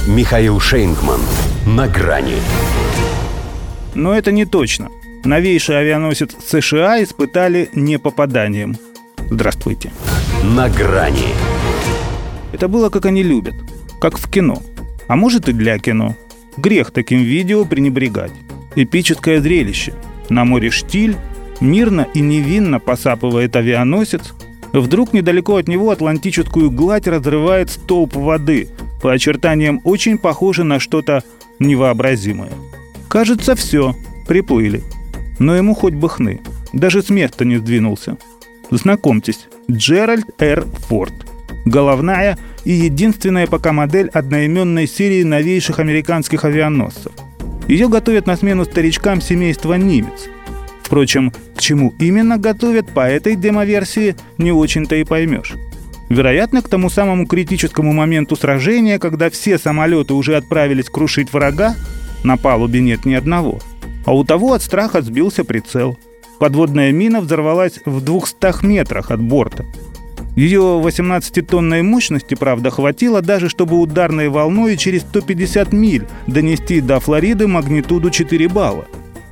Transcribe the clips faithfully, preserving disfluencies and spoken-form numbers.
Михаил Шейнгман. На грани. Но это не точно. Новейший авианосец США испытали непопаданием. Здравствуйте. На грани. Это было, как они любят. Как в кино. А может и для кино. Грех таким видео пренебрегать. Эпическое зрелище. На море штиль. Мирно и невинно посапывает авианосец. Вдруг недалеко от него Атлантическую гладь разрывает столб воды. По очертаниям очень похоже на что-то невообразимое. Кажется, все, приплыли. Но ему хоть бы хны. Даже с места не сдвинулся. Знакомьтесь, Джеральд Р. Форд. Головная и единственная пока модель одноименной серии новейших американских авианосцев. Ее готовят на смену старичкам семейства Нимец. Впрочем, к чему именно готовят, по этой демоверсии не очень-то и поймешь. Вероятно, к тому самому критическому моменту сражения, когда все самолеты уже отправились крушить врага, на палубе нет ни одного. А у того от страха сбился прицел. Подводная мина взорвалась в двухстах метрах от борта. Ее восемнадцатитонной мощности, правда, хватило даже, чтобы ударной волной через сто пятьдесят миль донести до Флориды магнитуду четыре балла.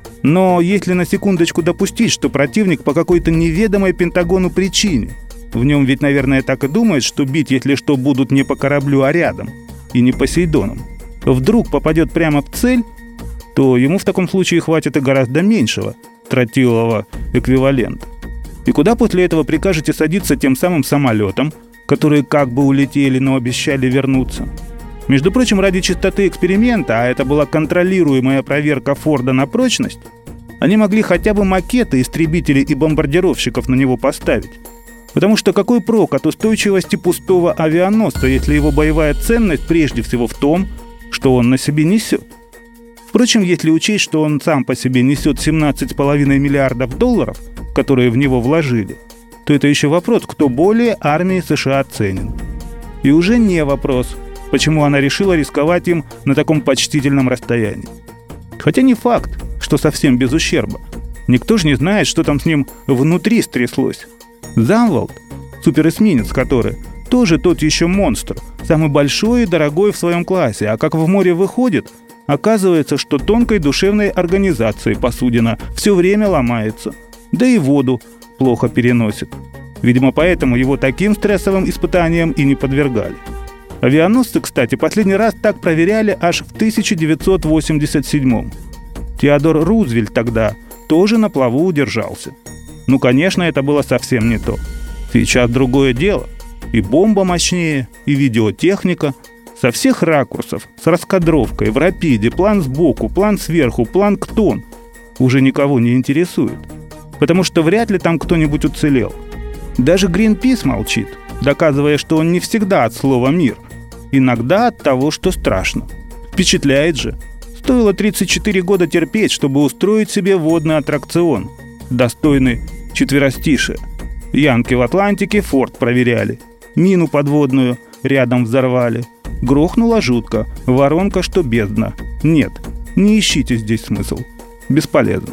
Но если на секундочку допустить, что противник по какой-то неведомой Пентагону причине, в нем ведь, наверное, так и думает, что бить, если что, будут не по кораблю, а рядом, и не Посейдоном, вдруг попадет прямо в цель, то ему в таком случае хватит и гораздо меньшего тротилового эквивалента. И куда после этого прикажете садиться тем самым самолетом, которые как бы улетели, но обещали вернуться? Между прочим, ради чистоты эксперимента, а это была контролируемая проверка Форда на прочность, они могли хотя бы макеты истребителей и бомбардировщиков на него поставить. Потому что какой прок от устойчивости пустого авианосца, если его боевая ценность прежде всего в том, что он на себе несет? Впрочем, если учесть, что он сам по себе несет семнадцать с половиной миллиардов долларов, которые в него вложили, то это еще вопрос, кто более армии США ценен. И уже не вопрос, почему она решила рисковать им на таком почтительном расстоянии. Хотя не факт, что совсем без ущерба. Никто же не знает, что там с ним внутри стряслось. Замвалд, суперэсминец который, тоже тот еще монстр, самый большой и дорогой в своем классе, а как в море выходит, оказывается, что тонкой душевной организацией посудина все время ломается, да и воду плохо переносит. Видимо, поэтому его таким стрессовым испытаниям и не подвергали. Авианосцы, кстати, последний раз так проверяли аж в тысяча девятьсот восемьдесят седьмом. Теодор Рузвельт тогда тоже на плаву удержался. Ну, конечно, это было совсем не то. Сейчас другое дело. И бомба мощнее, и видеотехника. Со всех ракурсов, с раскадровкой, в рапиде, план сбоку, план сверху, план ктон. Уже никого не интересует. Потому что вряд ли там кто-нибудь уцелел. Даже Гринпис молчит, доказывая, что он не всегда от слова «мир». Иногда от того, что страшно. Впечатляет же. Стоило тридцать четыре года терпеть, чтобы устроить себе водный аттракцион, достойный четверостишия. Янки в Атлантике Форд проверяли. Мину подводную рядом взорвали. Грохнуло жутко. Воронка, что бездна. Нет, не ищите здесь смысл. Бесполезно.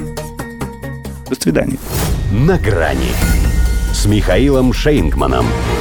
До свидания. На грани с Михаилом Шейнгманом.